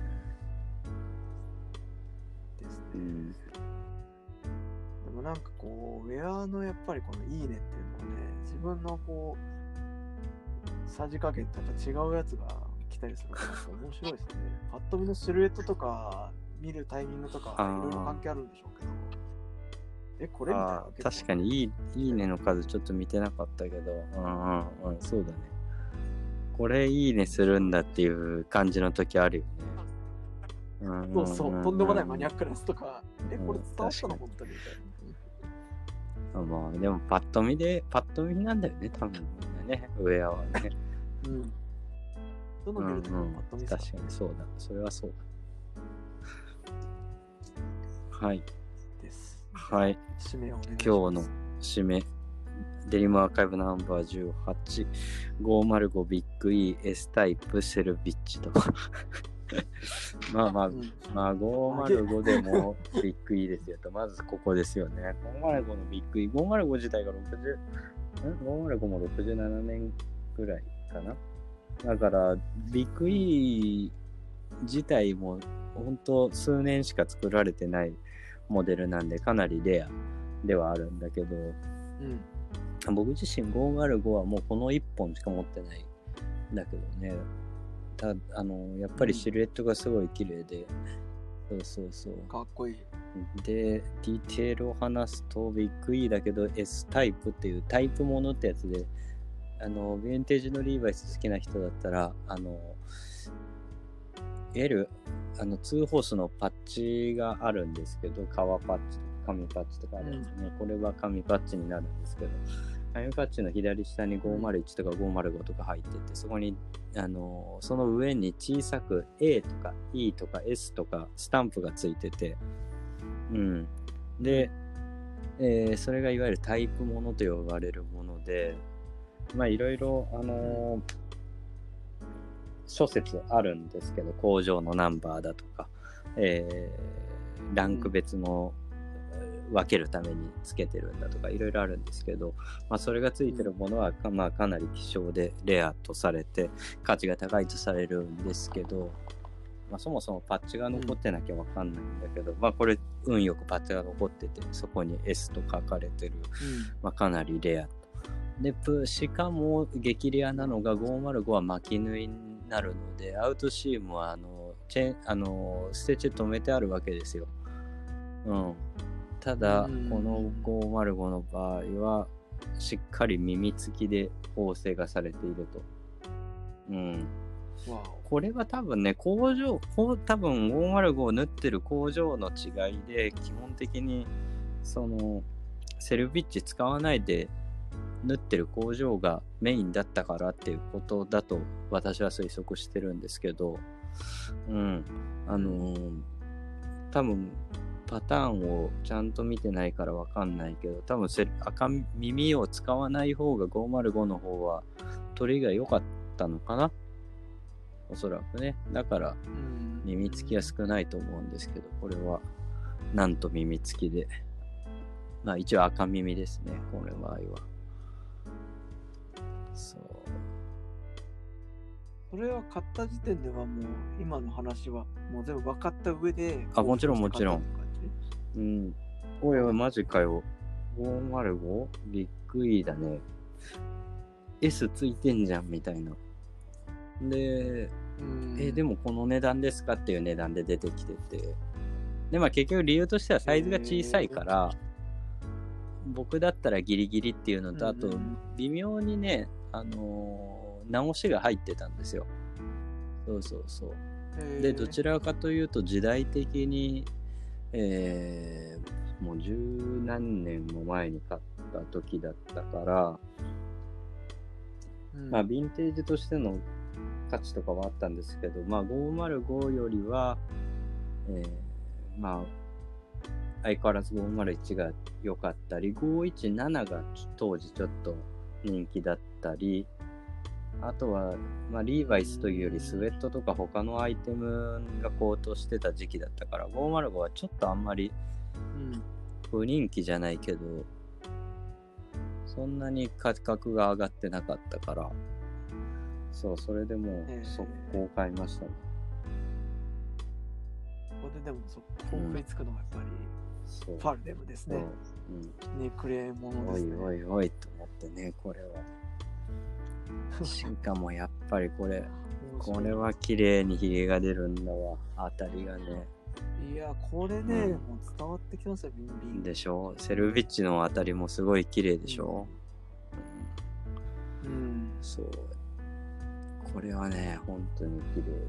ですね、うん。でもなんかこうウェアのやっぱりこのいいねっていうのはね、自分のこうさじ加減とやっぱ違うやつが来たりするから面白いですね。パッと見のシルエットとか見るタイミングとかいろいろ関係あるんでしょうけど。えこれみたいな。 確かにいい、いいねの数ちょっと見てなかったけど、うんうんうん、そうだね。これいいねするんだっていう感じの時あるよね。 うんうんうんうん、そうそう、とんでもないマニアックなやつとか、え、これ伝わったの、うん、本当にみたいな。まあ、でもパッと見で、パッと見なんだよね、多分みんなね、ウェアはね。 うん。どの見るときもパッと見、 うんうん、確かにそうだ、それはそうだ。はい。はい、 締めをお願いします。 今日の締め、デニムアーカイブナンバーじゅうはち、ごーまるごビッグ E、S タイプ、セルビッチと。まあまあ、うん、まあごーまるごでもビッグ E ですよと、まずここですよね。ごーまるごのビッグ E、ごーまるご自体がろくじゅう、ん ?ごーまるご もろくじゅうななねんぐらいかな。だから、ビッグ E 自体も本当数年しか作られてないモデルなんでかなりレアではあるんだけど、うん、僕自身ごーまるごはもうこのいっぽんしか持ってないんだけどね。たあのやっぱりシルエットがすごい綺麗で、うん、そうそうそうかっこいい。 でディテールを話すとビッグ E だけど S タイプっていうタイプものってやつで、あのヴィンテージのリーバイス好きな人だったらあの Lあのツーホースのパッチがあるんですけど、革パッチとか紙パッチとかあるんですね、うん、これは紙パッチになるんですけど、紙パッチの左下にごーまるいちとかごーまるごとか入ってて、そこにあのその上に小さく A とか E とか S とかスタンプがついてて、うんで、えー、それがいわゆるタイプものと呼ばれるもので、まあいろいろあのー諸説あるんですけど、工場のナンバーだとか、えー、ランク別の分けるためにつけてるんだとかいろいろあるんですけど、まあ、それがついてるものはか、まあ、かなり希少でレアとされて価値が高いとされるんですけど、まあ、そもそもパッチが残ってなきゃ分かんないんだけど、うんまあ、これ運よくパッチが残っててそこに S と書かれてる、うんまあ、かなりレアで、しかも激レアなのがごーまるごは巻き縫いになるので、アウトシームはあのチェあのステッチ止めてあるわけですよ。うん。ただ、このごーまるごの場合は、しっかり耳付きで縫製がされていると。うん。 これは多分ね、工場、こう多分ごーまるごを縫ってる工場の違いで、基本的にそのセルビッチ使わないで縫ってる工場がメインだったからっていうことだと私は推測してるんですけど、うん、あのー、多分パターンをちゃんと見てないからわかんないけど、多分セル赤耳を使わない方がごーまるごの方は取りが良かったのかな、おそらくね。だから耳つきは少ないと思うんですけど、これはなんと耳つきで、まあ一応赤耳ですね、この場合は。そう。 それは買った時点ではもう今の話はもう全部分かった上で。 あ、もちろんもちろん。うん。おいおい、マジかよ。ごーまるご? ビッグ E だね。S ついてんじゃんみたいな。で、え、でもこの値段ですかっていう値段で出てきてて。で、まあ結局理由としてはサイズが小さいから、僕だったらギリギリっていうのと、あと微妙にね、あのー、直しが入ってたんですよ。そうそうそう。で、どちらかというと時代的に、えー、もう十何年も前に買った時だったから、うん、まあヴィンテージとしての価値とかはあったんですけど、まあごーまるごよりは、えー、まあ相変わらずごーまるいちが良かったり、ごーいちななが当時ちょっと人気だったり、あとは、まあ、リーバイスというよりスウェットとか他のアイテムが高騰してた時期だったから、ごーまるごはちょっとあんまり不人気じゃないけど、そんなに価格が上がってなかったから、そう、それでもう速攻買いましたね。 ここででも速攻食いつくのがやっぱり、うん、ファルデムですね。うん、ね、クレーものですね。 おいおいおいと思ってね、これは。しかもやっぱりこれ、これは綺麗にヒゲが出るんだわ、当たりがね。 いや、これね、うん、もう伝わってきますよ、ビンビン。 でしょ、セルビッチの当たりもすごい綺麗でしょ。 うん。うん、 そう。これはね、本当に綺麗で。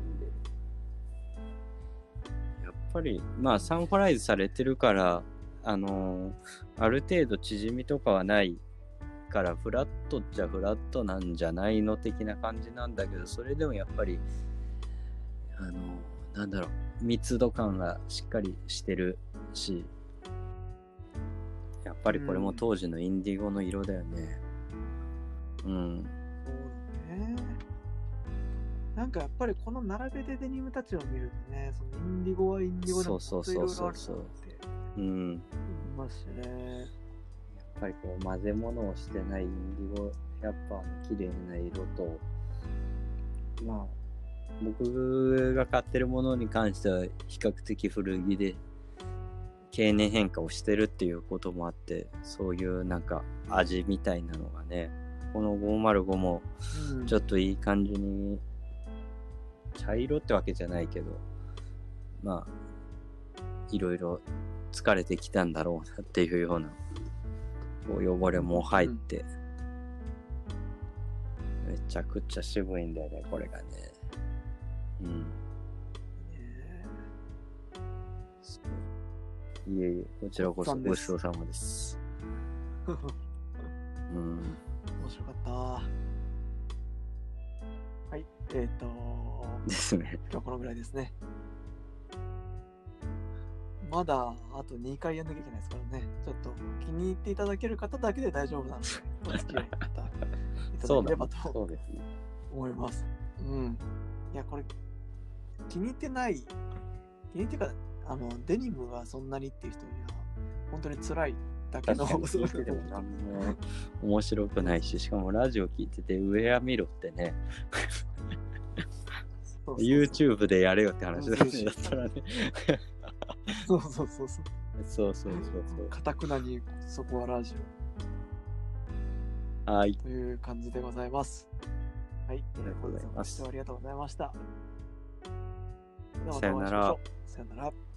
やっぱり、まあ、サンファライズされてるから、あのー、ある程度縮みとかはないから、フラットっちゃフラットなんじゃないの的な感じなんだけど、それでもやっぱり、あのー、なんだろう、密度感がしっかりしてるし、やっぱりこれも当時のインディゴの色だよね。うん。うんなんかやっぱりこの並べでデニムたちを見るとね、そのインディゴはインディゴでもそうそうそうそう。うん。 言いますしね。 やっぱりこう混ぜ物をしてないインディゴやっぱ綺麗な色と、まあ僕が買ってるものに関しては比較的古着で経年変化をしてるっていうこともあって、そういうなんか味みたいなのがね、このごーまるごもちょっといい感じに、茶色ってわけじゃないけど、まあいろいろ疲れてきたんだろうなっていうような、こう汚れも入って、うん、めちゃくちゃ渋いんだよね、これがね。うん。いえいえ、こちらこそごちそうさまです。うん。 面白かった。はい、えっ、ー、とですね。 今日はこのぐらいですね。まだあとにかいやんなきゃいけないですからね。ちょっと気に入っていただける方だけで大丈夫なので、お付き合いいただければと思います。う, うん。いや、これ気に入ってない、気に入ってか、あのデニムがそんなにっていう人には本当に辛いだけの何も面白くないし、しかもラジオ聞いててウェア見ろってね。そうそうそう YouTube でやれよって話だったらね。 そうそうそうそう。 そうそうそうそう。 かたくなにそこはラジオ。はい。 という感じでございます。はい。ありがとうございます。ありがとうございました。 さよなら。 さよなら。